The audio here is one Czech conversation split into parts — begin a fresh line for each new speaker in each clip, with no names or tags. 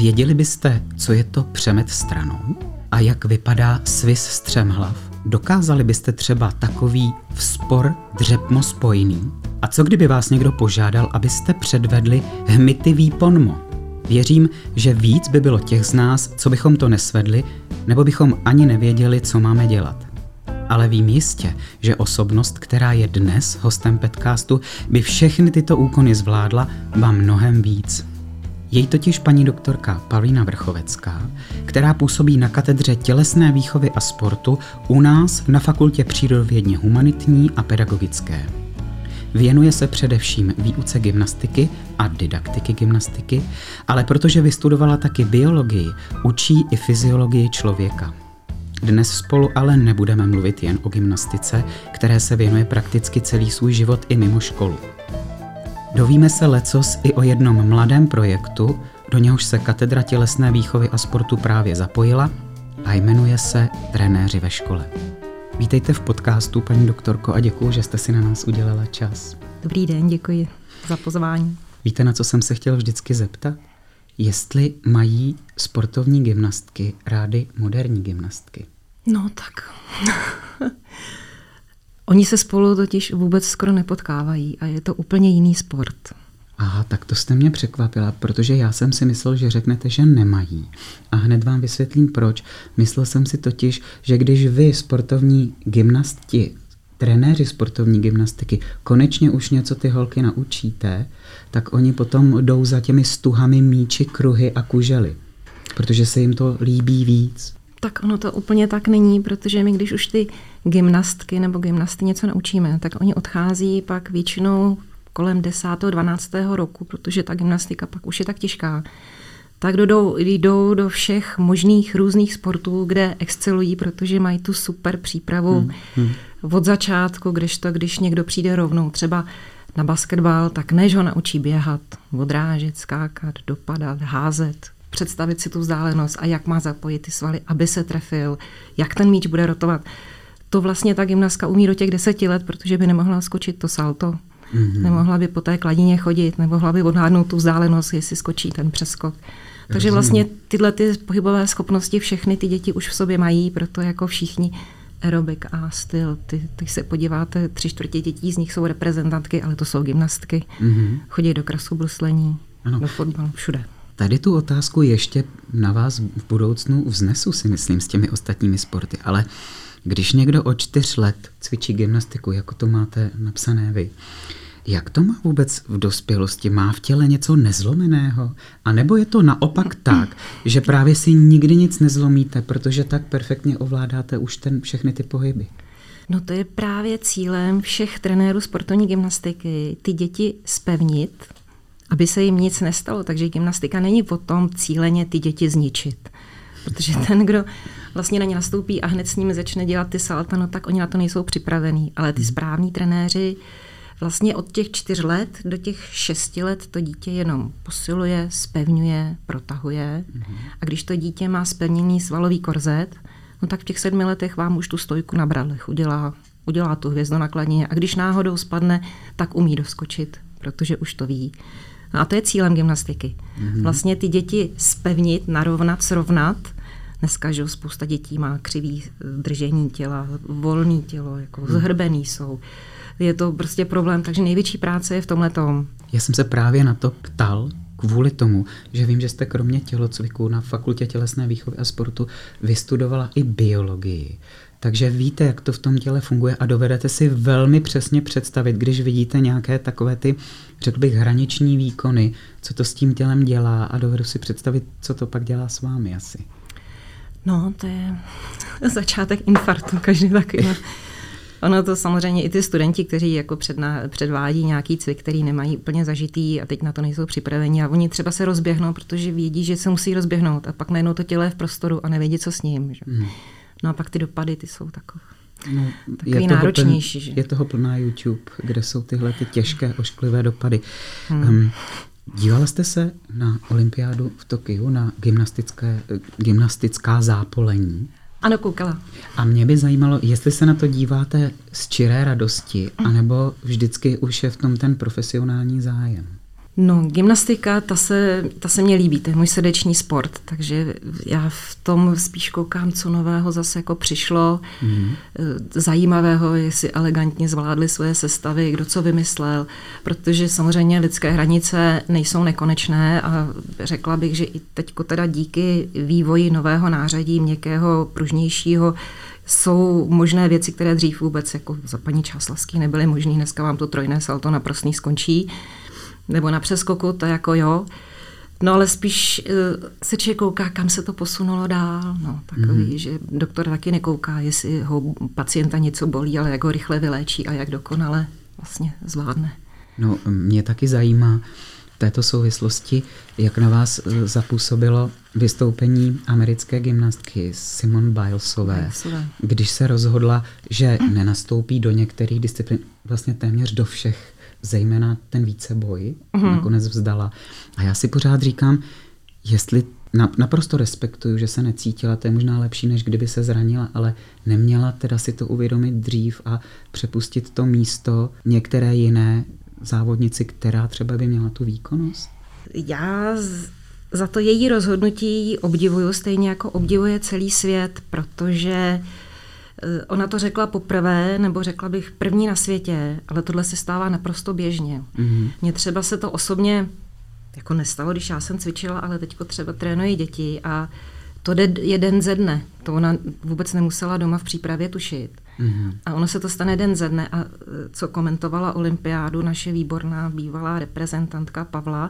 Věděli byste, co je to přemet stranou a jak vypadá sviz střemhlav? Dokázali byste třeba takový vzpor dřepmo-spojný? A co kdyby vás někdo požádal, abyste předvedli hmitivý ponmo? Věřím, že víc by bylo těch z nás, co bychom to nesvedli, nebo bychom ani nevěděli, co máme dělat. Ale vím jistě, že osobnost, která je dnes hostem podcastu, by všechny tyto úkony zvládla, ba mnohem víc. Je totiž paní doktorka Pavlína Vrchovecká, která působí na katedře tělesné výchovy a sportu u nás na Fakultě přírodovědně humanitní a pedagogické. Věnuje se především výuce gymnastiky a didaktiky gymnastiky, ale protože vystudovala taky biologii, učí i fyziologii člověka. Dnes spolu ale nebudeme mluvit jen o gymnastice, které se věnuje prakticky celý svůj život i mimo školu. Dovíme se lecos i o jednom mladém projektu, do něhož se katedra tělesné výchovy a sportu právě zapojila a jmenuje se Trenéři ve škole. Vítejte v podcastu, paní doktorko, a děkuju, že jste si na nás udělala čas.
Dobrý den, děkuji za pozvání.
Víte, na co jsem se chtěl vždycky zeptat? Jestli mají sportovní gymnastky rády moderní gymnastky?
No tak. Oni se spolu totiž vůbec skoro nepotkávají a je to úplně jiný sport.
Aha, tak to jste mě překvapila, protože já jsem si myslel, že řeknete, že nemají. A hned vám vysvětlím proč. Myslel jsem si totiž, že když vy, sportovní gymnasti, trenéři sportovní gymnastiky, konečně už něco ty holky naučíte, tak oni potom jdou za těmi stuhami, míči, kruhy a kužely. Protože se jim to líbí víc.
Tak ono to úplně tak není, protože my, když už ty gymnastky nebo gymnasty něco naučíme, tak oni odchází pak většinou kolem 10. 12. roku, protože ta gymnastika pak už je tak těžká. Tak jdou do všech možných různých sportů, kde excelují, protože mají tu super přípravu od začátku, když někdo přijde rovnou třeba na basketbal, tak než ho naučí běhat, odrážet, skákat, dopadat, házet, představit si tu vzdálenost a jak má zapojit ty svaly, aby se trefil, jak ten míč bude rotovat. To vlastně ta gymnastka umí do těch 10 let, protože by nemohla skočit to salto, nemohla by po té kladině chodit, nemohla by odhádnout tu vzdálenost, jestli skočí ten přeskok. Takže vlastně tyhle ty pohybové schopnosti všechny ty děti už v sobě mají, proto jako všichni aerobik a styl. Když se podíváte, 3/4 dětí z nich jsou reprezentantky, ale to jsou gymnastky. Chodí do krasobruslení, do fotbalu, všude.
Tady tu otázku ještě na vás v budoucnu vznesu, si myslím, s těmi ostatními sporty, ale když někdo od 4 let cvičí gymnastiku, jako to máte napsané vy, jak to má vůbec v dospělosti? Má v těle něco nezlomeného? A nebo je to naopak tak, že právě si nikdy nic nezlomíte, protože tak perfektně ovládáte už všechny ty pohyby?
No to je právě cílem všech trenérů sportovní gymnastiky, ty děti zpevnit, aby se jim nic nestalo. Takže gymnastika není o tom cíleně ty děti zničit. Protože ten, kdo vlastně na ně nastoupí a hned s nimi začne dělat ty salta, no tak oni na to nejsou připravení. Ale ty správní trenéři vlastně od těch 4 let do těch 6 let to dítě jenom posiluje, zpevňuje, protahuje. A když to dítě má zpevněný svalový korzet, no tak v těch 7 letech vám už tu stojku na bradlech udělá tu hvězdu na kladině. A když náhodou spadne, tak umí doskočit, protože už to ví. No a to je cílem gymnastiky. Vlastně ty děti zpevnit, narovnat, srovnat. Dneska, že spousta dětí má křivý držení těla, volný tělo, jako zhrbený jsou. Je to prostě problém, takže největší práce je v tomhletom.
Já jsem se právě na to ptal kvůli tomu, že vím, že jste kromě tělocviku na Fakultě tělesné výchovy a sportu vystudovala i biologii. Takže víte, jak to v tom těle funguje a dovedete si velmi přesně představit, když vidíte nějaké takové ty, řekl bych, hraniční výkony, co to s tím tělem dělá a dovedu si představit, co to pak dělá s vámi asi.
No, to je začátek infarktu, každý takový. Ono to samozřejmě i ty studenti, kteří jako předvádí nějaký cvik, který nemají úplně zažitý a teď na to nejsou připraveni a oni třeba se rozběhnou, protože vědí, že se musí rozběhnout a pak najednou to tělo je v prostoru a nevědí, co s ním. Že? No a pak ty dopady, ty jsou takový náročnější.
Je toho plná YouTube, kde jsou tyhle ty těžké, ošklivé dopady. Dívala jste se na olympiádu v Tokiu, na gymnastická zápolení?
Ano, koukala.
A mě by zajímalo, jestli se na to díváte z čiré radosti, anebo vždycky už je v tom ten profesionální zájem.
No, gymnastika, ta se mně líbí, to je můj srdeční sport, takže já v tom spíš koukám, co nového zase jako přišlo, zajímavého, jestli elegantně zvládli svoje sestavy, kdo co vymyslel, protože samozřejmě lidské hranice nejsou nekonečné a řekla bych, že i teďko teda díky vývoji nového nářadí, měkkého, pružnějšího, jsou možné věci, které dřív vůbec jako za paní Čáslavský nebyly možné. Dneska vám to trojné salto na prostý skončí, nebo na přeskoku, to jako jo. No ale spíš se člověk kouká, kam se to posunulo dál. No, takový, že doktor taky nekouká, jestli ho pacienta něco bolí, ale jak ho rychle vyléčí a jak dokonale vlastně zvládne.
No, mě taky zajímá v této souvislosti, jak na vás zapůsobilo vystoupení americké gymnastky Simone Bilesové, když se rozhodla, že nenastoupí do některých disciplín, vlastně téměř do všech, zejména ten víceboj, nakonec vzdala. A já si pořád říkám, jestli naprosto respektuju, že se necítila, to je možná lepší, než kdyby se zranila, ale neměla teda si to uvědomit dřív a přepustit to místo některé jiné závodnici, která třeba by měla tu výkonnost?
Já za to její rozhodnutí obdivuju, stejně jako obdivuje celý svět, protože ona to řekla poprvé, nebo řekla bych první na světě, ale tohle se stává naprosto běžně. Mně třeba se to osobně jako nestalo, když já jsem cvičila, ale teďko třeba trénuji děti a to jde den ze dne. To ona vůbec nemusela doma v přípravě tušit. A ono se to stane den ze dne a co komentovala olympiádu naše výborná bývalá reprezentantka Pavla,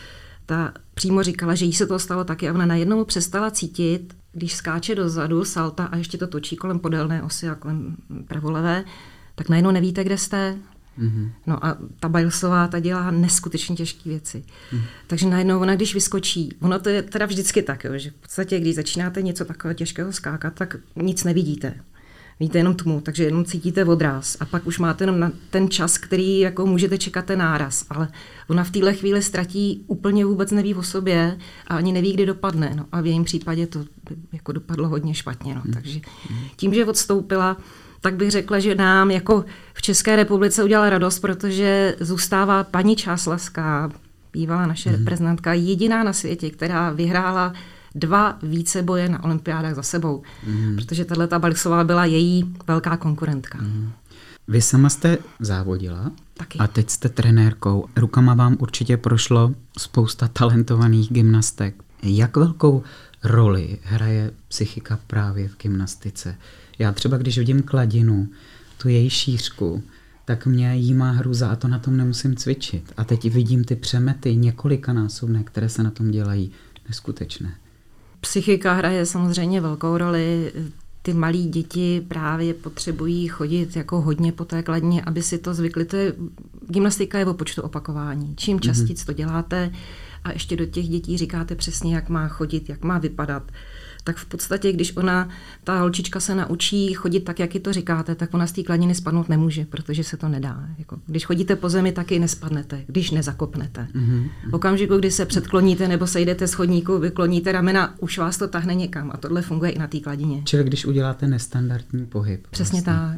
ta přímo říkala, že jí se to stalo taky a ona najednou přestala cítit, když skáče dozadu salta a ještě to točí kolem podélné osy a kolem pravolevé, tak najednou nevíte, kde jste. No a ta Bilesová, ta dělá neskutečně těžké věci. Takže najednou ona, když vyskočí, ono to je teda vždycky tak, jo, že v podstatě, když začínáte něco takového těžkého skákat, tak nic nevidíte. Vidíte jenom tmu, takže jenom cítíte odráz a pak už máte jenom na ten čas, který jako můžete čekat ten náraz, ale ona v téhle chvíli ztratí, úplně vůbec neví o sobě a ani neví, kdy dopadne. No a v jejím případě to jako dopadlo hodně špatně. No. Takže tím, že odstoupila, tak bych řekla, že nám jako v České republice udělala radost, protože zůstává paní Čáslavská, bývalá naše reprezentantka, jediná na světě, která vyhrála 2 víceboje na olympiádách za sebou, protože tato Bilesová byla její velká konkurentka.
Vy sama jste závodila
taky.
A teď jste trenérkou. Rukama vám určitě prošlo spousta talentovaných gymnastek. Jak velkou roli hraje psychika právě v gymnastice? Já třeba, když vidím Kladinu, tu její šířku, tak mě jí má hruza a to na tom nemusím cvičit. A teď vidím ty přemety několikanásobné, které se na tom dělají. Neskutečné. Psychika
hraje samozřejmě velkou roli. Ty malí děti právě potřebují chodit jako hodně po té kladině, aby si to zvykli. Gymnastika je o počtu opakování. Čím častěji to děláte a ještě do těch dětí říkáte přesně, jak má chodit, jak má vypadat, tak v podstatě, když ta holčička se naučí chodit tak, jak ji to říkáte, tak ona z té kladiny spadnout nemůže, protože se to nedá. Jako, když chodíte po zemi, taky nespadnete, když nezakopnete. V okamžiku, kdy se předkloníte nebo sejdete z chodníku, vykloníte ramena, už vás to tahne někam a tohle funguje i na té kladině.
Čili když uděláte nestandardní pohyb.
Přesně tak.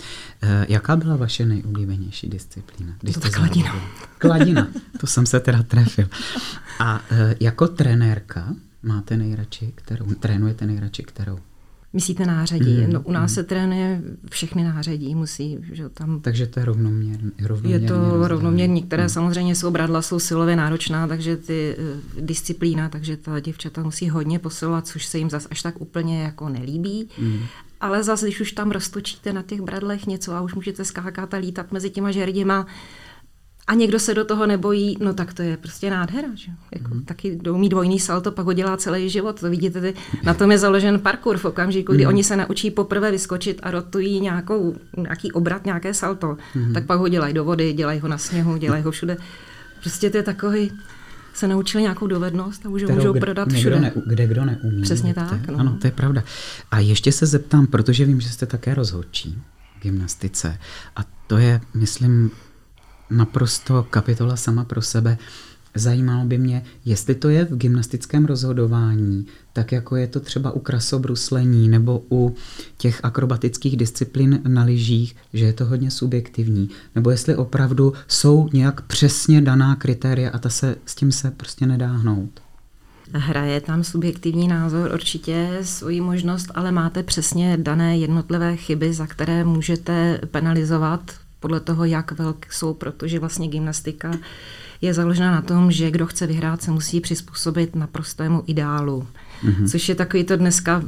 Jaká byla vaše nejoblíbenější disciplína?
To kladina.
Kladina, to jsem se teda trefil. A jako trenérka máte nejradši kterou? Trénujete nejradši kterou?
Myslíte nářadí? No, u nás se trénuje všechny nářadí, musí, že tam...
Takže to je rovnoměrně.
Je to rovnoměrně, některé samozřejmě jsou bradla, jsou silově náročná, takže ty disciplína, takže ta děvčata musí hodně posilovat, což se jim zas až tak úplně jako nelíbí. Ale zase, když už tam roztočíte na těch bradlech něco a už můžete skákat a lítat mezi těma žerděma, a někdo se do toho nebojí, no tak to je prostě nádhera. Že? Jako, taky umí dvojný salto, pak ho dělá celý život. To vidíte, na tom je založen parkour v okamžiku, kdy oni se naučí poprvé vyskočit a rotují nějaký obrat, nějaké salto, tak pak ho dělají do vody, dělají ho na sněhu, dělají ho všude. Prostě to je takový, se naučili nějakou dovednost a už ho můžou prodat všude.
Kdo neumí.
Přesně tak. No.
Ano, to je pravda. A ještě se zeptám, protože vím, že jste také rozhodčí v gymnastice a to je, myslím, naprosto kapitola sama pro sebe. Zajímalo by mě, jestli to je v gymnastickém rozhodování, tak jako je to třeba u krasobruslení nebo u těch akrobatických disciplín na lyžích, že je to hodně subjektivní, nebo jestli opravdu jsou nějak přesně daná kritéria a s tím se prostě nedá hnout.
Hraje tam subjektivní názor určitě svoji možnost, ale máte přesně dané jednotlivé chyby, za které můžete penalizovat podle toho, jak velké jsou, protože vlastně gymnastika je založena na tom, že kdo chce vyhrát, se musí přizpůsobit naprostému ideálu. Což je takový to dneska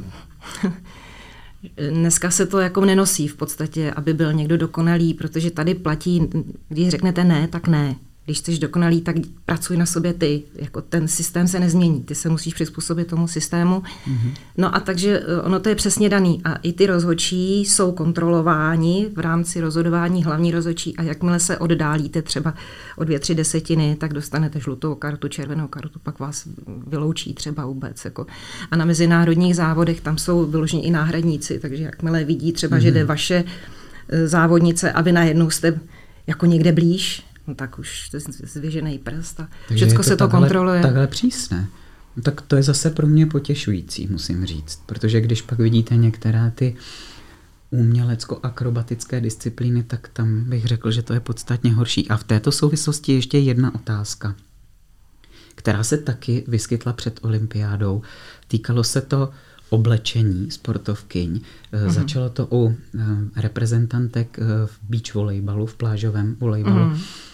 se to jako nenosí v podstatě, aby byl někdo dokonalý, protože tady platí, když řeknete ne, tak ne. Když jsi dokonalý, tak pracuj na sobě ty. Jako ten systém se nezmění. Ty se musíš přizpůsobit tomu systému. No a takže ono to je přesně daný. A i ty rozhodčí jsou kontrolováni v rámci rozhodování hlavní rozhodčí a jakmile se oddálíte třeba o 2-3 desetiny, tak dostanete žlutou kartu, červenou kartu, pak vás vyloučí třeba vůbec. Jako. A na mezinárodních závodech tam jsou vyloženi i náhradníci, takže jakmile vidí třeba, že jde vaše závodnice a vy najednou jste jako někde blíž, no tak už zvěžený prst a všechno se to kontroluje.
Takhle přísné. No tak to je zase pro mě potěšující, musím říct. Protože když pak vidíte některé ty umělecko-akrobatické disciplíny, tak tam bych řekl, že to je podstatně horší. A v této souvislosti ještě jedna otázka, která se taky vyskytla před olympiádou. Týkalo se to oblečení sportovkyň. Začalo to u reprezentantek v beach volejbalu, v plážovém volejbalu.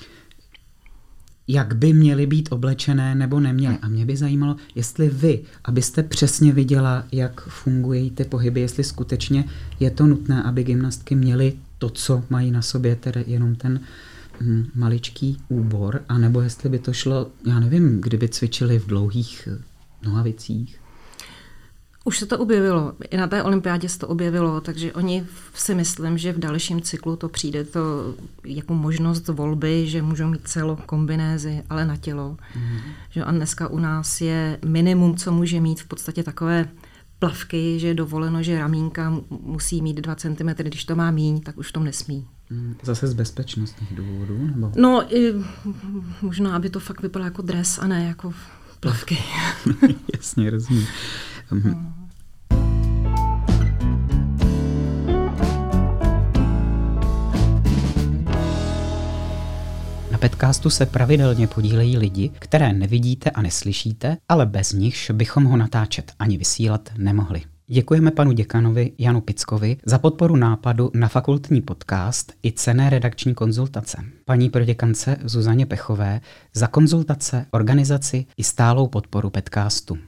Jak by měly být oblečené nebo neměly. A mě by zajímalo, jestli vy, abyste přesně viděla, jak fungují ty pohyby, jestli skutečně je to nutné, aby gymnastky měly to, co mají na sobě, tedy jenom ten maličký úbor, anebo jestli by to šlo, já nevím, kdyby cvičili v dlouhých nohavicích.
Už se to objevilo. I na té olympiádě se to objevilo, takže oni si myslím, že v dalším cyklu to přijde to jako možnost volby, že můžou mít celou kombinézi, ale na tělo. Že a dneska u nás je minimum, co může mít v podstatě takové plavky, že je dovoleno, že ramínka musí mít 2 cm, když to má míň, tak už to nesmí.
Zase z bezpečnostních důvodů? Nebo?
No, možná, aby to fakt vypadalo jako dres a ne jako plavky.
Jasně, rozumím. Na podcastu se pravidelně podílejí lidi, které nevidíte a neslyšíte, ale bez nichž bychom ho natáčet ani vysílat nemohli. Děkujeme panu děkanovi Janu Pickovi za podporu nápadu na fakultní podcast i cenné redakční konzultace. Paní proděkance Zuzaně Pechové za konzultace, organizaci i stálou podporu podcastu.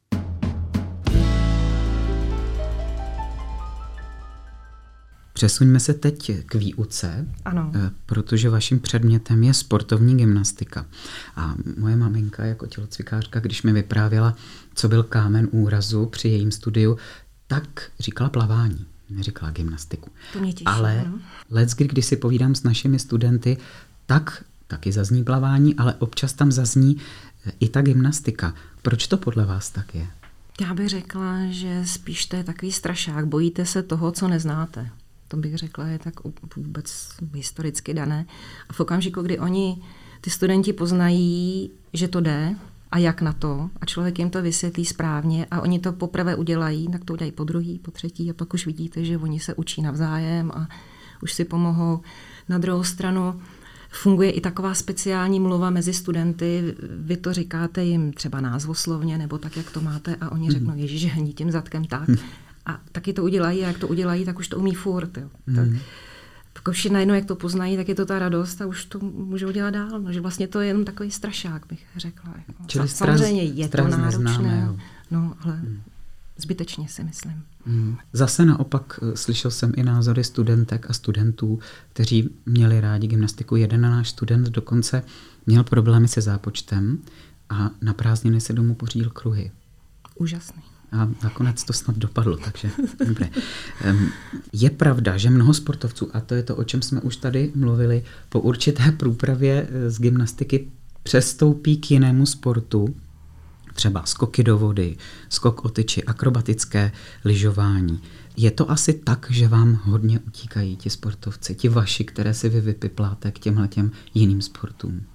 Přesuňme se teď k výuce,
ano.
Protože vaším předmětem je sportovní gymnastika. A moje maminka jako tělocvikářka, když mi vyprávěla, co byl kámen úrazu při jejím studiu, tak říkala plavání, neříkala gymnastiku.
To mě těší.
Ale leckdy, když si povídám s našimi studenty, tak taky zazní plavání, ale občas tam zazní i ta gymnastika. Proč to podle vás tak je?
Já bych řekla, že spíš to je takový strašák. Bojíte se toho, co neznáte. To bych řekla, je tak vůbec historicky dané. A v okamžiku, kdy ty studenti poznají, že to jde a jak na to, a člověk jim to vysvětlí správně a oni to poprvé udělají, tak to udělají po druhý, po třetí a pak už vidíte, že oni se učí navzájem a už si pomohou. Na druhou stranu funguje i taková speciální mluva mezi studenty, vy to říkáte jim třeba názvoslovně nebo tak, jak to máte a oni řeknou, ježiš, hní tím zadkem tak. A taky to udělají a jak to udělají, tak už to umí furt. Jo. Tak, pokud všichni najednou, jak to poznají, tak je to ta radost a už to můžou dělat dál. No, že vlastně to je jenom takový strašák, bych řekla. Jako.
Čili
samozřejmě je to náročné,
neznáme,
no, ale zbytečně si myslím.
Zase naopak slyšel jsem i názory studentek a studentů, kteří měli rádi gymnastiku. Jeden náš student dokonce měl problémy se zápočtem a na prázdniny se domů pořídil kruhy.
Úžasný.
A nakonec to snad dopadlo, takže dobré. Je pravda, že mnoho sportovců, a to je to, o čem jsme už tady mluvili, po určité průpravě z gymnastiky přestoupí k jinému sportu, třeba skoky do vody, skok o tyči, akrobatické lyžování. Je to asi tak, že vám hodně utíkají ti sportovci, ti vaši, které si vy vypipláte k těmhletěm jiným sportům?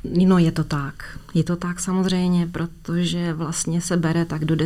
No je to tak. Je to tak samozřejmě, protože vlastně se bere tak do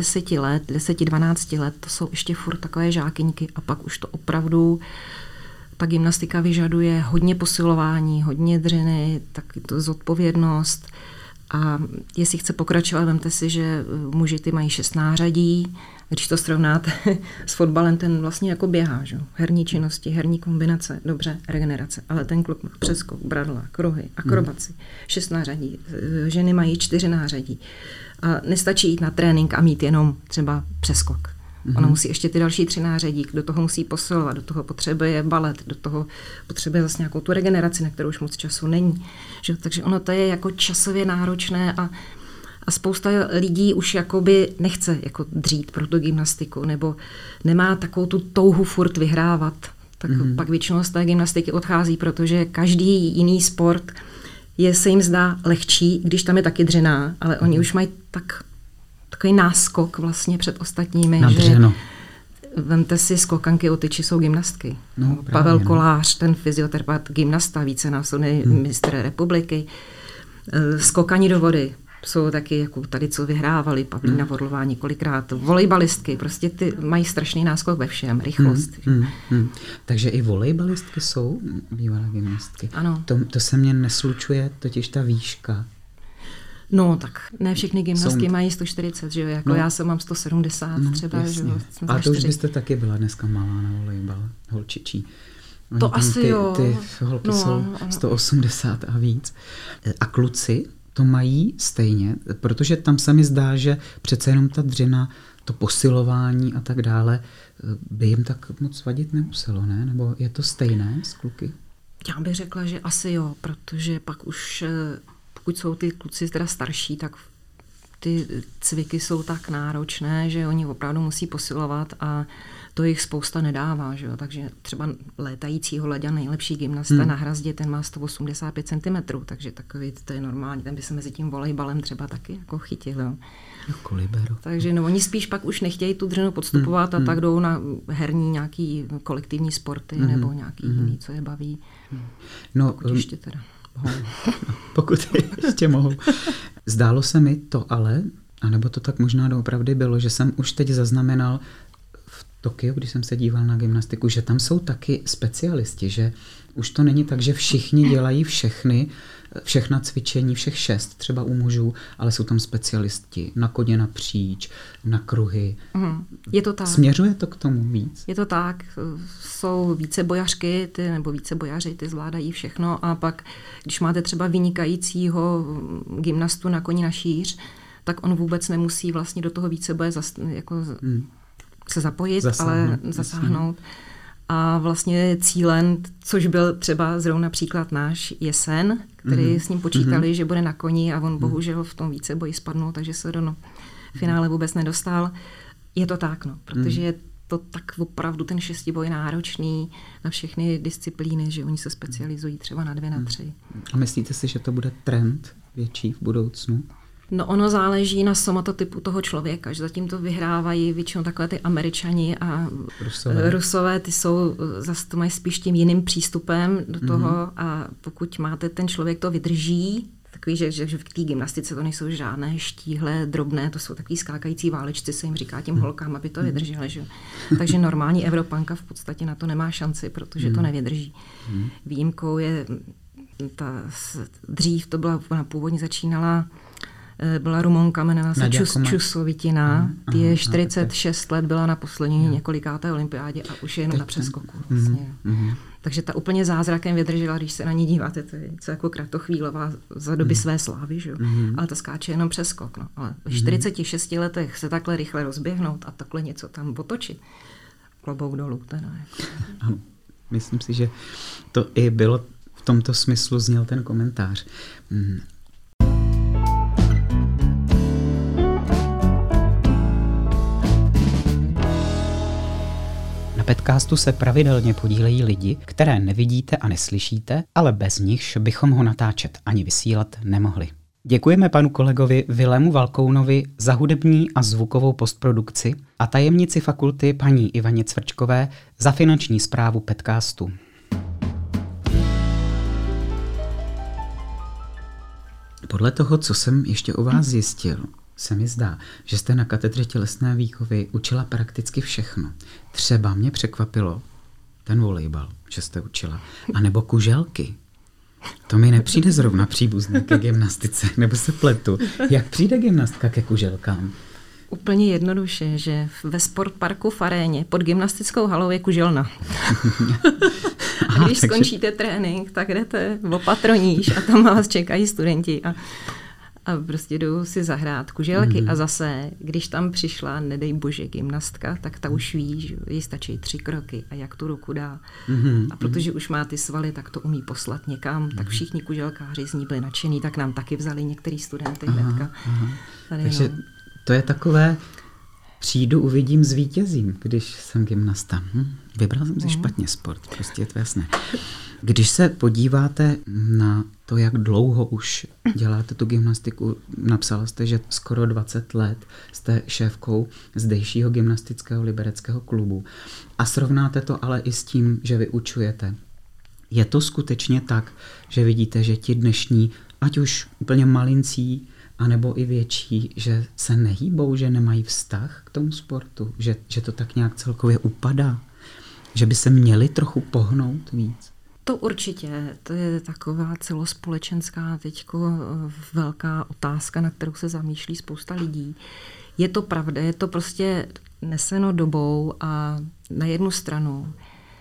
10-12 let, to jsou ještě furt takové žákyňky a pak už to opravdu, ta gymnastika vyžaduje hodně posilování, hodně dřiny, taky to zodpovědnost a jestli chce pokračovat, vemte si, že muži ty mají 6 nářadí, když to srovnáte s fotbalem, ten vlastně jako běhá, že? Herní činnosti, herní kombinace, dobře, regenerace, ale ten kluk má přeskok, bradla, kruhy, akrobaci, 6 nářadí, ženy mají 4 nářadí a nestačí jít na trénink a mít jenom třeba přeskok. Ona musí ještě ty další 3 nářadí, do toho musí posilovat, do toho potřebuje balet, do toho potřebuje zase nějakou tu regeneraci, na kterou už moc času není. Že? Takže ono to je jako časově náročné a spousta lidí už jakoby nechce jako dřít pro tu gymnastiku nebo nemá takovou tu touhu furt vyhrávat. Tak pak většinou z té gymnastiky odchází, protože každý jiný sport se jim zdá lehčí, když tam je taky dřina, ale oni už mají takový náskok vlastně před ostatními.
Nadřeno.
Že vemte si, skokanky o tyči jsou gymnastky.
No,
Pavel Kolář, ten fyzioterapeut, gymnasta, vícenásobný mistr republiky. Skokani do vody jsou taky, jako tady, co vyhrávali, Pavlína Vorlová několikrát. Volejbalistky, prostě ty mají strašný náskok ve všem, rychlost.
Takže i volejbalistky jsou bývalé gymnastky.
Ano.
To se mně neslučuje, totiž ta výška.
No, tak ne všechny gymnastky mají 140, že jo, jako já jsem mám 170 třeba, že jo.
A to už byste taky byla dneska malá na volejbal, holčičí.
To asi jo.
Ty holky jsou 180 a víc. A kluci to mají stejně, protože tam se mi zdá, že přece jenom ta dřina, to posilování a tak dále by jim tak moc vadit nemuselo, ne? Nebo je to stejné s kluky?
Já bych řekla, že asi jo, protože pak už, pokud jsou ty kluci teda starší, tak ty cviky jsou tak náročné, že oni opravdu musí posilovat a to jich spousta nedává. Že jo? Takže třeba létajícího Laďa, nejlepší gymnasta na hrazdě, ten má 185 cm, takže takový, to je normální, ten by se mezi tím volejbalem třeba taky jako chytil. Jo?
Kolibero.
Takže no, oni spíš pak už nechtějí tu dřinu podstupovat a tak jdou na herní nějaký kolektivní sporty nebo nějaký jiný, co je baví.
No,
ještě teda
pokud ještě mohou. Zdálo se mi to ale, anebo to tak možná doopravdy bylo, že jsem už teď zaznamenal v Tokiu, když jsem se díval na gymnastiku, že tam jsou taky specialisti, že už to není tak, že všichni dělají všechna cvičení, všech 6 třeba u mužů, ale jsou tam specialisti na koně napříč, na kruhy.
Je to tak.
Směřuje to k tomu víc?
Je to tak. Jsou vícebojařky, nebo vícebojaři, ty zvládají všechno a pak, když máte třeba vynikajícího gymnastu na koni na šíř, tak on vůbec nemusí vlastně do toho víceboje se zapojit, ale zasáhnout. A vlastně cílen, což byl třeba zrovna například náš Jesen, který s ním počítali, že bude na koni a on bohužel v tom víceboji spadnul, takže se do finále vůbec nedostal. Je to tak, no, protože je to tak opravdu ten 6boj náročný na všechny disciplíny, že oni se specializují třeba na 2, na 3.
A myslíte si, že to bude trend větší v budoucnu?
No ono záleží na somatotypu toho člověka, že zatím to vyhrávají většinou takové ty Američani a Rusové, ty jsou zase to mají spíš tím jiným přístupem do toho a pokud máte ten člověk to vydrží, takový, že v té gymnastice to nejsou žádné štíhlé, drobné, to jsou takový skákající válečci, se jim říká těm holkám, aby to vydrželi. Že? Takže normální Evropanka v podstatě na to nemá šanci, protože to nevydrží. Výjimkou je dřív to byla, ona původně začínala, byla Rumonka, jmenovala se Čusovitina, ty je 46 let, byla na poslední několikáté olympiádě a už je jenom na přeskoku. Vlastně. Takže ta úplně zázrakem vydržela, když se na ní díváte, to je něco jako Kratochvílová za doby své slávy, že? Ale ta skáče jenom přeskok. No. Ale v 46 letech se takhle rychle rozběhnout a takhle něco tam otočit, klobouk dolů. Teda, jako.
Ano, myslím si, že to i bylo v tomto smyslu zněl ten komentář. Na podcastu se pravidelně podílejí lidi, které nevidíte a neslyšíte, ale bez nichž bychom ho natáčet ani vysílat nemohli. Děkujeme panu kolegovi Vilému Valkounovi za hudební a zvukovou postprodukci a tajemnici fakulty paní Ivaně Cvrčkové za finanční správu podcastu. podle toho, co jsem ještě o vás zjistil, se mi zdá, že jste na katedře tělesné výchovy učila prakticky všechno. Třeba mě překvapilo ten volejbal, že jste učila, anebo kuželky. To mi nepřijde zrovna příbuzné ke gymnastice, nebo se pletu. Jak přijde gymnastka ke kuželkám?
Úplně jednoduše, že ve sportparku v aréně pod gymnastickou halou je kuželna. A když skončíte trénink, tak jdete o patroníž a tam vás čekají studenti a prostě jdou si zahrát kuželky. A zase, když tam přišla, nedej bože, gymnastka, tak ta už ví, že jí stačí 3 kroky a jak tu ruku dá. A protože už má ty svaly, tak to umí poslat někam, tak všichni kuželkáři z ní byli nadšení, tak nám taky vzali některý studenty hnedka.
Takže to je takové, přijdu, uvidím, zvítězím, když jsem gymnasta. Vybral jsem si špatně sport, prostě je to jasné. Když se podíváte na to, jak dlouho už děláte tu gymnastiku, napsala jste, že skoro 20 let jste šéfkou zdejšího gymnastického libereckého klubu a srovnáte to ale i s tím, že vyučujete. Je to skutečně tak, že vidíte, že ti dnešní, ať už úplně malincí, anebo i větší, že se nehýbou, že nemají vztah k tomu sportu, že to tak nějak celkově upadá, že by se měli trochu pohnout víc?
To určitě, to je taková celospolečenská teďko velká otázka, na kterou se zamýšlí spousta lidí. Je to pravda, je to prostě neseno dobou a na jednu stranu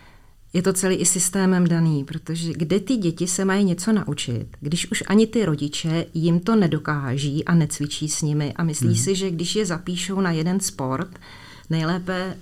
je to celý i systémem daný, protože kde ty děti se mají něco naučit, když už ani ty rodiče jim to nedokáží a necvičí s nimi a myslí si, že když je zapíšou na jeden sport, nejlépe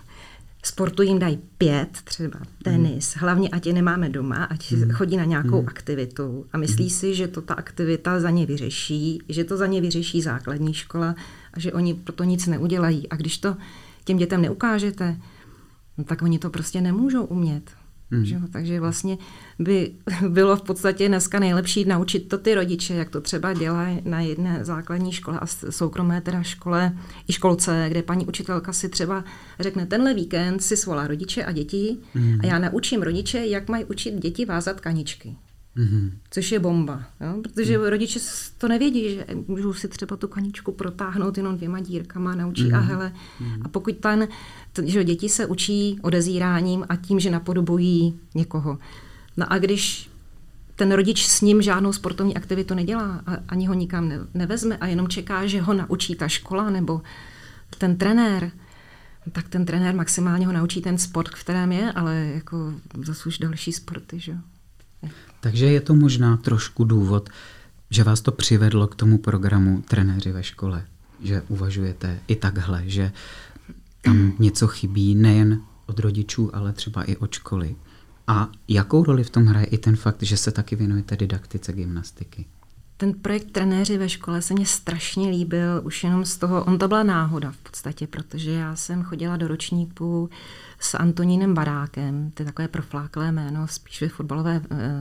sportu jim dají 5, třeba tenis, hlavně ať je nemáme doma, ať chodí na nějakou aktivitu a myslí si, že to ta aktivita za ně vyřeší, že to za ně vyřeší základní škola a že oni proto nic neudělají. A když to těm dětem neukážete, no tak oni to prostě nemůžou umět. Takže vlastně by bylo v podstatě dneska nejlepší naučit to ty rodiče, jak to třeba dělají na jedné základní škole a soukromé teda škole i školce, kde paní učitelka si třeba řekne, tenhle víkend si svolá rodiče a děti a já naučím rodiče, jak mají učit děti vázat kaničky. Což je bomba, jo? Protože rodiče to nevědí, že můžou si třeba tu kaničku protáhnout jenom 2 dírkama, naučí a hele. A pokud že děti se učí odezíráním a tím, že napodobují někoho. No a když ten rodič s ním žádnou sportovní aktivitu nedělá a ani ho nikam nevezme a jenom čeká, že ho naučí ta škola nebo ten trenér, tak ten trenér maximálně ho naučí ten sport, v kterém je, ale jako zase už další sporty, že jo.
Takže je to možná trošku důvod, že vás to přivedlo k tomu programu Trenéři ve škole, že uvažujete i takhle, že tam něco chybí nejen od rodičů, ale třeba i od školy. A jakou roli v tom hraje i ten fakt, že se taky věnujete didaktice gymnastiky?
Ten projekt Trenéři ve škole se mně strašně líbil, už jenom z toho, on to byla náhoda v podstatě, protože já jsem chodila do ročníku s Antonínem Barákem, to je takové profláklé jméno, spíš ve fotbalové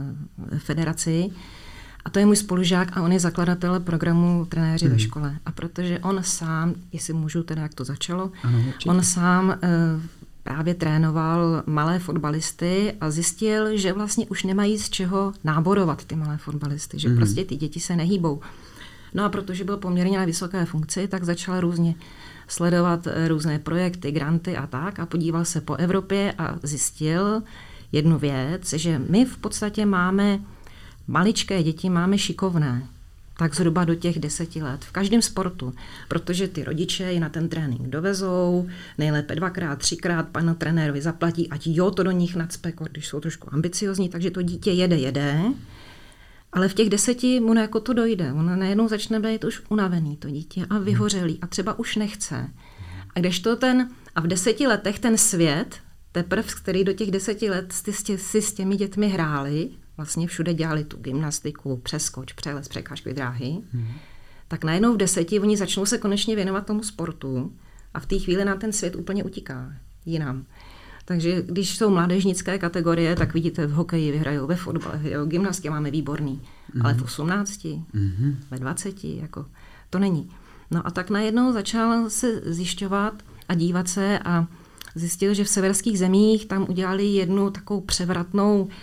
federaci. A to je můj spolužák a on je zakladatel programu Trenéři ve škole. A protože on sám, jestli můžu teda, jak to začalo, on sám právě trénoval malé fotbalisty a zjistil, že vlastně už nemají z čeho náborovat ty malé fotbalisty, že prostě ty děti se nehýbou. No a protože byl poměrně na vysoké funkci, tak začal různě sledovat různé projekty, granty a tak a podíval se po Evropě a zjistil jednu věc, že my v podstatě máme maličké děti, máme šikovné, tak zhruba do těch 10 let v každém sportu, protože ty rodiče je na ten trénink dovezou, nejlépe 2x, 3x panu trenérovi zaplatí, ať jo, to do nich nacpe, když jsou trošku ambiciozní, takže to dítě jede, ale v těch 10 mu jako to dojde, on najednou začne být už unavený to dítě a vyhořelý a třeba už nechce. A kdežto a v 10 letech ten svět, teprve, který do těch 10 let si s těmi dětmi hráli, vlastně všude dělali tu gymnastiku, přeskoč, přeles, překážky, dráhy, tak najednou v 10 oni začnou se konečně věnovat tomu sportu a v té chvíli nám ten svět úplně utíká jinam. Takže když jsou mládežnické kategorie, tak vidíte, v hokeji vyhrajou, ve fotbale, gymnastky máme výborný, ale v 18, ve 20, jako to není. No a tak najednou začal se zjišťovat a dívat se a zjistil, že v severských zemích tam udělali jednu takovou převratnou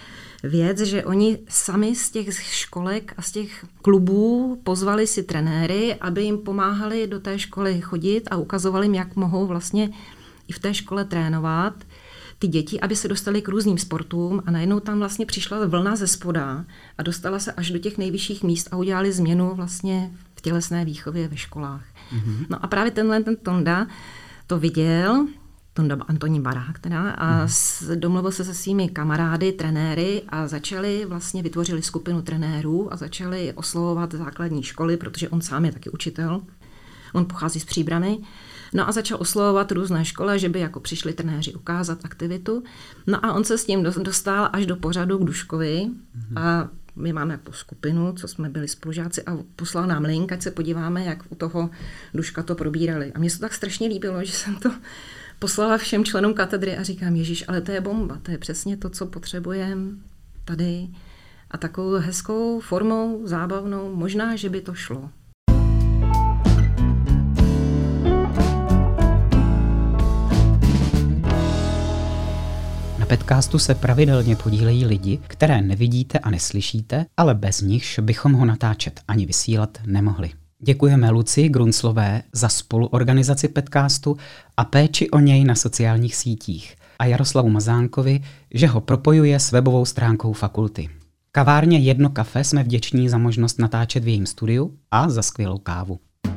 věc, že oni sami z těch školek a z těch klubů pozvali si trenéry, aby jim pomáhali do té školy chodit a ukazovali jim, jak mohou vlastně i v té škole trénovat ty děti, aby se dostali k různým sportům a najednou tam vlastně přišla vlna ze spoda a dostala se až do těch nejvyšších míst a udělali změnu vlastně v tělesné výchově ve školách. Mm-hmm. No a právě ten Tonda to viděl, Tonda Antonín Barák teda, a domluvil se se svými kamarády, trenéry a vytvořili skupinu trenérů a začali oslovovat základní školy, protože on sám je taky učitel, on pochází z Příbrami. No a začal oslovovat různé školy, že by jako přišli trenéři ukázat aktivitu. No a on se s tím dostal až do pořadu k Duškovi a my máme jako skupinu, co jsme byli spolužáci a poslal nám link, ať se podíváme, jak u toho Duška to probírali. A mně se to tak strašně líbilo, že jsem to poslala všem členům katedry a říkám, Ježíš, ale to je bomba, to je přesně to, co potřebujeme tady a takovou hezkou formou, zábavnou, možná, že by to šlo.
Na Petcastu se pravidelně podílejí lidi, které nevidíte a neslyšíte, ale bez nichž bychom ho natáčet ani vysílat nemohli. Děkujeme Lucii Grunclové za spoluorganizaci Petcastu a péči o něj na sociálních sítích a Jaroslavu Mazánkovi, že ho propojuje s webovou stránkou fakulty. Kavárně Jedno kafe jsme vděční za možnost natáčet v jejím studiu a za skvělou kávu.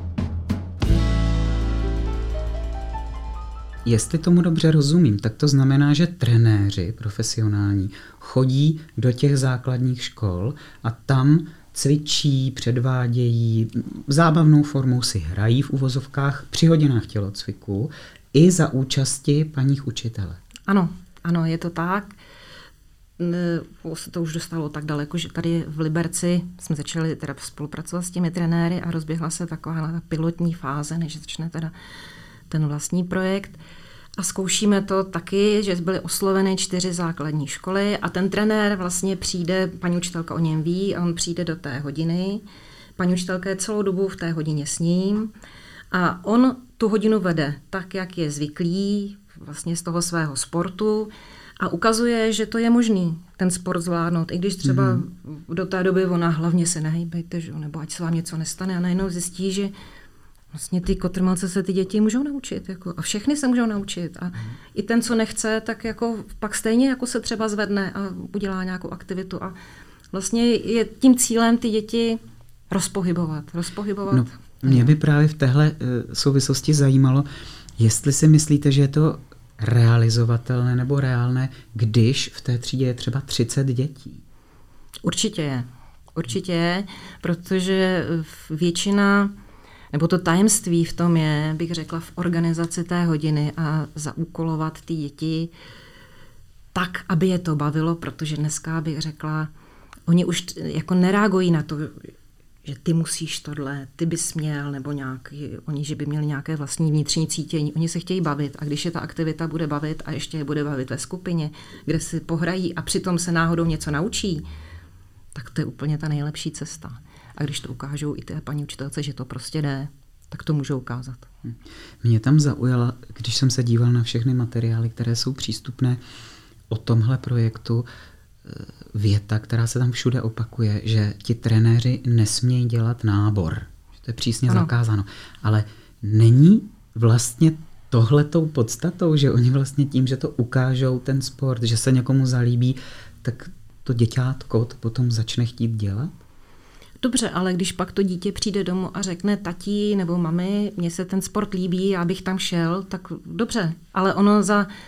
Jestli tomu dobře rozumím, tak to znamená, že trenéři profesionální chodí do těch základních škol a tam cvičí, předvádějí, zábavnou formou si hrají v uvozovkách při hodinách tělocviku i za účasti paních učitele.
Ano, je to tak. To už dostalo tak daleko, že tady v Liberci jsme začali teda spolupracovat s těmi trenéry a rozběhla se taková pilotní fáze, než začne teda ten vlastní projekt. A zkoušíme to taky, že byly osloveny 4 základní školy a ten trenér vlastně přijde, paní učitelka o něm ví a on přijde do té hodiny. Paní učitelka je celou dobu v té hodině s ním a on tu hodinu vede tak, jak je zvyklý vlastně z toho svého sportu a ukazuje, že to je možný ten sport zvládnout, i když třeba do té doby ona hlavně se nehejbejte, nebo ať se vám něco nestane a najednou zjistí, že vlastně ty kotrmelce se ty děti můžou naučit. A všechny se můžou naučit. A i ten, co nechce, tak jako pak stejně jako se třeba zvedne a udělá nějakou aktivitu. A vlastně je tím cílem ty děti rozpohybovat.
No, mě by právě v téhle souvislosti zajímalo, jestli si myslíte, že je to realizovatelné nebo reálné, když v té třídě je třeba 30 dětí.
Určitě je, protože většina, nebo to tajemství v tom je, bych řekla, v organizaci té hodiny a zaúkolovat ty děti tak, aby je to bavilo, protože dneska bych řekla, oni už jako nereagují na to, že ty musíš tohle, ty bys měl, nebo oni, že by měli nějaké vlastní vnitřní cítění. Oni se chtějí bavit a když je ta aktivita bude bavit a ještě je bude bavit ve skupině, kde si pohrají a přitom se náhodou něco naučí, tak to je úplně ta nejlepší cesta. A když to ukážou i té paní učitelce, že to prostě jde, tak to můžou ukázat.
Mě tam zaujala, když jsem se díval na všechny materiály, které jsou přístupné o tomhle projektu, věta, která se tam všude opakuje, že ti trenéři nesmějí dělat nábor. Že to je přísně zakázáno. Ale není vlastně tohletou podstatou, že oni vlastně tím, že to ukážou ten sport, že se někomu zalíbí, tak to děťátko to potom začne chtít dělat?
Dobře, ale když pak to dítě přijde domů a řekne tati nebo mami, mně se ten sport líbí, já bych tam šel, tak dobře. Ale ono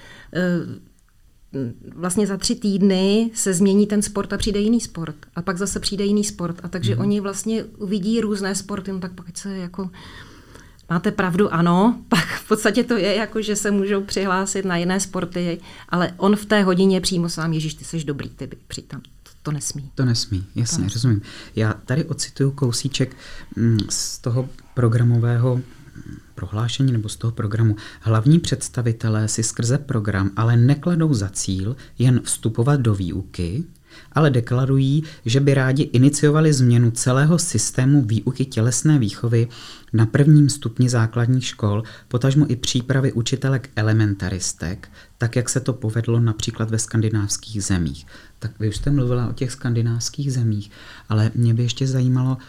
vlastně za 3 týdny se změní ten sport a přijde jiný sport. A pak zase přijde jiný sport. A takže oni vlastně uvidí různé sporty, no tak pak se jako... Máte pravdu, ano, pak v podstatě to je jako, že se můžou přihlásit na jiné sporty, ale on v té hodině přímo sám, Ježíš, ty jsi dobrý, ty přijď tam. To nesmí.
To nesmí, jasně, rozumím. Já tady ocituju kousíček z toho programového prohlášení nebo z toho programu. Hlavní představitelé si skrze program ale nekladou za cíl jen vstupovat do výuky, ale deklarují, že by rádi iniciovali změnu celého systému výuky tělesné výchovy na prvním stupni základních škol, potažmo i přípravy učitelek elementaristek, tak jak se to povedlo například ve skandinávských zemích. Tak vy už jste mluvila o těch skandinávských zemích, ale mě by ještě zajímalo,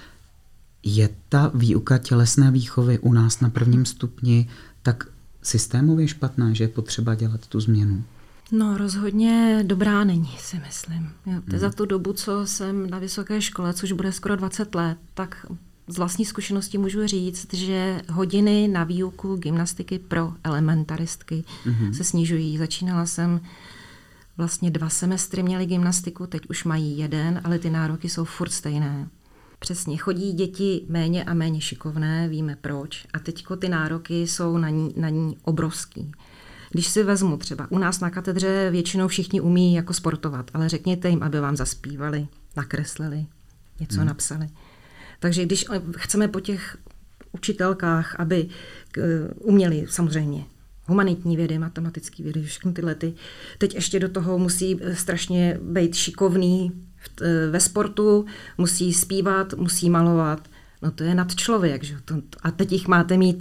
je ta výuka tělesné výchovy u nás na prvním stupni tak systémově špatná, že je potřeba dělat tu změnu?
No rozhodně dobrá není, si myslím. Za tu dobu, co jsem na vysoké škole, což bude skoro 20 let, tak z vlastní zkušenosti můžu říct, že hodiny na výuku gymnastiky pro elementaristky se snižují. Začínala jsem vlastně 2 semestry měly gymnastiku, teď už mají 1, ale ty nároky jsou furt stejné. Přesně, chodí děti méně a méně šikovné, víme proč. A teďko ty nároky jsou na ní obrovský. Když si vezmu třeba, u nás na katedře většinou všichni umí jako sportovat, ale řekněte jim, aby vám zaspívali, nakreslili, něco napsali. Takže když chceme po těch učitelkách, aby uměli samozřejmě humanitní vědy, matematické vědy, všechny tyhle teď ještě do toho musí strašně být šikovný ve sportu, musí zpívat, musí malovat. No to je nadčlověk, že? A teď jich máte mít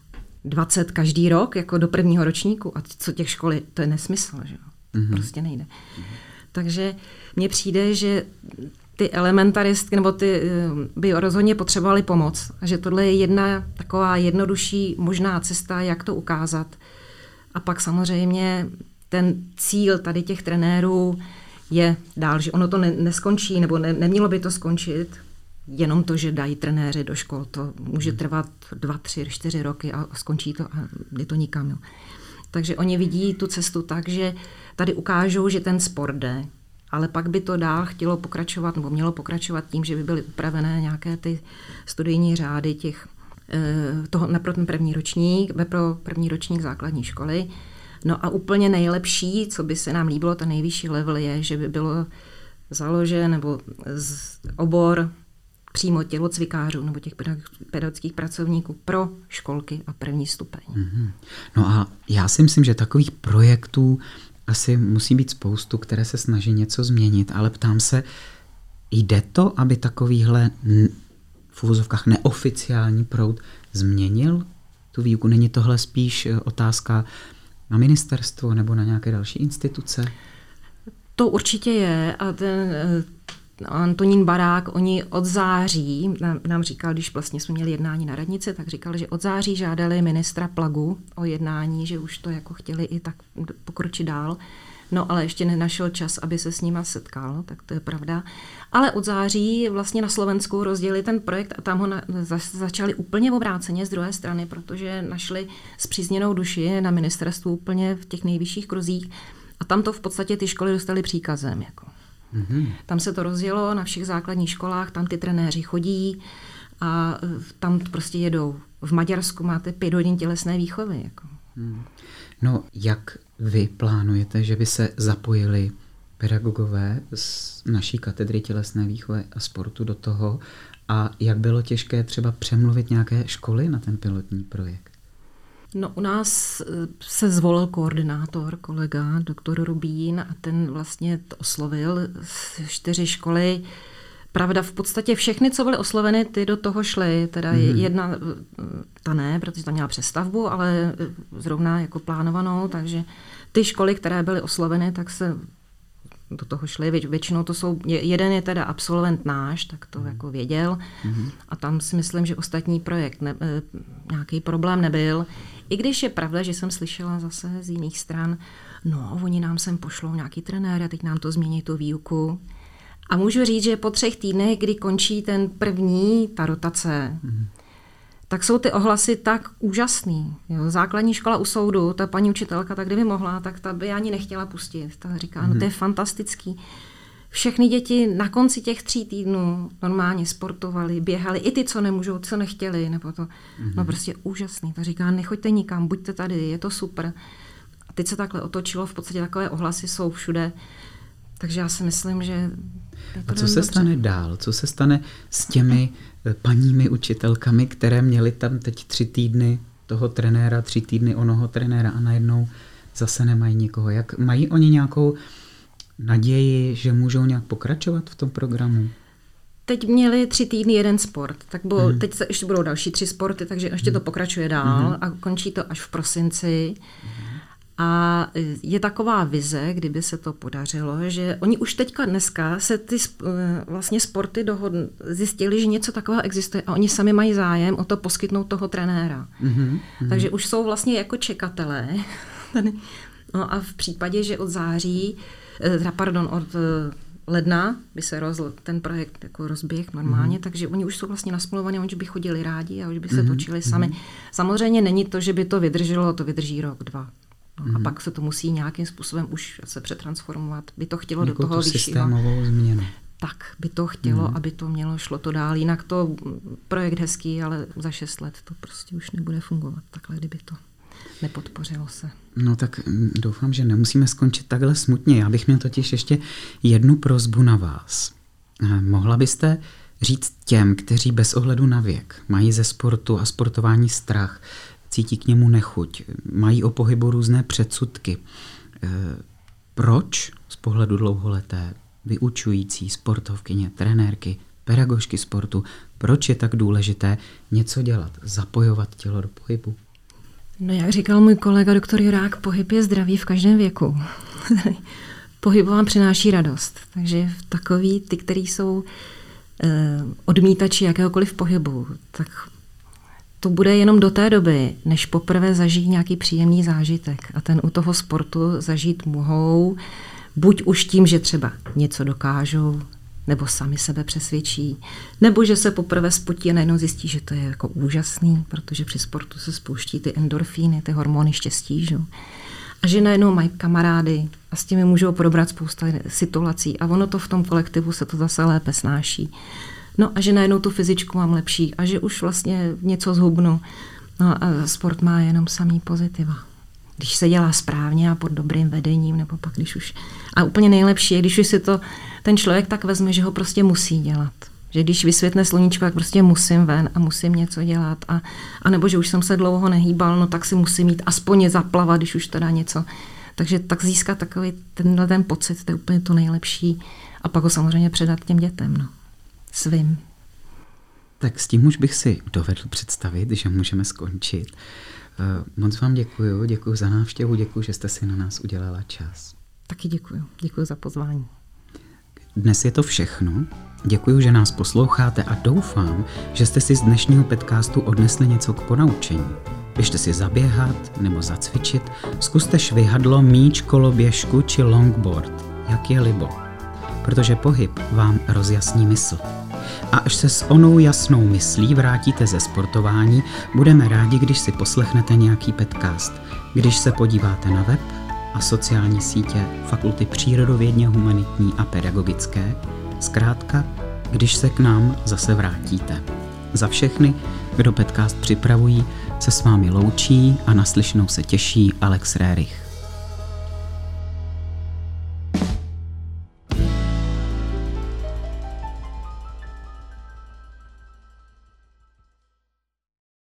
20 každý rok, jako do prvního ročníku. A co těch školy, to je nesmysl, že? Prostě nejde. Takže mně přijde, že ty elementaristky nebo ty by rozhodně potřebovaly pomoc. A že tohle je jedna taková jednodušší možná cesta, jak to ukázat. A pak samozřejmě ten cíl tady těch trenérů je dál, že ono to neskončí, nebo nemělo by to skončit jenom to, že dají trenéři do škol. To může trvat 2, 3, 4 roky a skončí to a je to nikam. Jo. Takže oni vidí tu cestu tak, že tady ukážou, že ten sport jde, ale pak by to dál chtělo pokračovat, nebo mělo pokračovat tím, že by byly upravené nějaké ty studijní řády pro ten první ročník, pro první ročník základní školy. No a úplně nejlepší, co by se nám líbilo, ten nejvyšší level je, že by bylo založen nebo obor přímo tělocvikářů nebo těch pedagogických pracovníků pro školky a první stupeň.
No a já si myslím, že takových projektů asi musí být spoustu, které se snaží něco změnit, ale ptám se, jde to, aby takovýhle v uvozovkách neoficiální proud změnil tu výuku? Není tohle spíš otázka na ministerstvo nebo na nějaké další instituce?
To určitě je a ten Antonín Barák, oni od září, nám říkal, když vlastně jsme měli jednání na radnici, tak říkal, že od září žádali ministra Plagu o jednání, že už to jako chtěli i tak pokročit dál. No ale ještě nenašel čas, aby se s nima setkal, tak to je pravda. Ale od září vlastně na Slovensku rozdělili ten projekt a tam ho začali úplně obráceně z druhé strany, protože našli spřízněnou duši na ministerstvu úplně v těch nejvyšších kruzích a tam to v podstatě ty školy dostaly příkazem. Jako. Tam se to rozjelo na všech základních školách, tam ty trenéři chodí a tam prostě jedou. V Maďarsku máte 5 hodin tělesné výchovy. Jako.
No, jak vy plánujete, že by se zapojili pedagogové z naší katedry tělesné výchovy a sportu do toho a jak bylo těžké třeba přemluvit nějaké školy na ten pilotní projekt?
No, u nás se zvolil koordinátor, kolega, doktor Rubín, a ten vlastně to oslovil 4 školy. Pravda, v podstatě všechny, co byly osloveny, ty do toho šly. Teda jedna, ta ne, protože ta měla přestavbu, ale zrovna jako plánovanou, takže ty školy, které byly osloveny, tak se do toho šly. Většinou to jsou, jeden je teda absolvent náš, tak to jako věděl. A tam si myslím, že ostatní projekt nějaký problém nebyl. I když je pravda, že jsem slyšela zase z jiných stran, no, oni nám sem pošlou nějaký trenér a teď nám to změní tu výuku. A můžu říct, že po 3 týdnech, kdy končí ta rotace, tak jsou ty ohlasy tak úžasný. Jo, základní škola u soudu, ta paní učitelka, tak kdyby mohla, tak ta by ani nechtěla pustit. Ta říká, no to je fantastický. Všechny děti na konci těch 3 týdnů normálně sportovali, běhali, i ty, co nemůžou, co nechtěli, nebo to, no prostě úžasný. Ta říká, nechoďte nikam, buďte tady, je to super. A teď se takhle otočilo, v podstatě takové ohlasy jsou všude. Takže já si myslím, že...
A co se stane dál? Co se stane s těmi paními učitelkami, které měly tam teď 3 týdny toho trenéra, 3 týdny onoho trenéra a najednou zase nemají nikoho? Jak mají oni nějakou naději, že můžou nějak pokračovat v tom programu?
Teď měli 3 týdny jeden sport, tak teď se ještě budou další 3 sporty, takže ještě to pokračuje dál a končí to až v prosinci. A je taková vize, kdyby se to podařilo, že oni už dneska se ty vlastně sporty zjistili, že něco takového existuje a oni sami mají zájem o to poskytnout toho trenéra. Takže už jsou vlastně jako čekatelé. No a v případě, že od ledna by se ten projekt jako rozběh normálně, takže oni už jsou vlastně nasmluvaní, oni by chodili rádi a už by se točili sami. Samozřejmě není to, že by to vydrželo, to vydrží rok, 2. No, a pak se to musí nějakým způsobem už se přetransformovat. By to chtělo do toho vyššího.
Systémovou změnu.
Tak by to chtělo, aby to šlo to dál. Jinak to projekt hezký, ale za 6 let to prostě už nebude fungovat. Takhle, kdyby to nepodpořilo se.
No tak doufám, že nemusíme skončit takhle smutně. Já bych měl totiž ještě jednu prosbu na vás. Mohla byste říct těm, kteří bez ohledu na věk mají ze sportu a sportování strach, cítí k němu nechuť, mají o pohybu různé předsudky. Proč z pohledu dlouholeté vyučující sportovkyně, trenérky, pedagožky sportu, proč je tak důležité něco dělat, zapojovat tělo do pohybu?
No jak říkal můj kolega doktor Jurák, pohyb je zdravý v každém věku. Pohyb vám přináší radost. Takže takový ty, kteří jsou odmítači jakéhokoliv pohybu, tak to bude jenom do té doby, než poprvé zažijí nějaký příjemný zážitek. A ten u toho sportu zažít mohou, buď už tím, že třeba něco dokážou, nebo sami sebe přesvědčí, nebo že se poprvé spotí a najednou zjistí, že to je jako úžasný, protože při sportu se spouští ty endorfíny, ty hormony štěstí, že? A že najednou mají kamarády a s těmi můžou probrat spousta situací a ono to v tom kolektivu se to zase lépe snáší. No a že najednou tu fyzičku mám lepší a že už vlastně něco zhubnu. No a sport má jenom samý pozitiva. Když se dělá správně a pod dobrým vedením, nebo pak když už... A úplně nejlepší je, když už si to ten člověk tak vezme, že ho prostě musí dělat. Že když vysvětne sluníčko, tak prostě musím ven a musím něco dělat. A nebo že už jsem se dlouho nehýbal, no tak si musím jít aspoň zaplavat, když už teda něco. Takže tak získat takový ten pocit, to je úplně to nejlepší. A pak ho samozřejmě předat těm dětem, no. Svým.
Tak s tím už bych si dovedl představit, že můžeme skončit. Moc vám děkuju za návštěvu, děkuju, že jste si na nás udělala čas.
Taky děkuju za pozvání.
Dnes je to všechno. Děkuju, že nás posloucháte a doufám, že jste si z dnešního podcastu odnesli něco k ponaučení. Běžte si zaběhat nebo zacvičit, zkuste švihadlo, míč, koloběžku či longboard, jak je libo. Protože pohyb vám rozjasní mysl. A až se s onou jasnou myslí vrátíte ze sportování, budeme rádi, když si poslechnete nějaký podcast, když se podíváte na web a sociální sítě Fakulty přírodovědně humanitní a pedagogické, zkrátka, když se k nám zase vrátíte. Za všechny, kdo podcast připravují, se s vámi loučí a naslyšenou se těší Alex Rérich.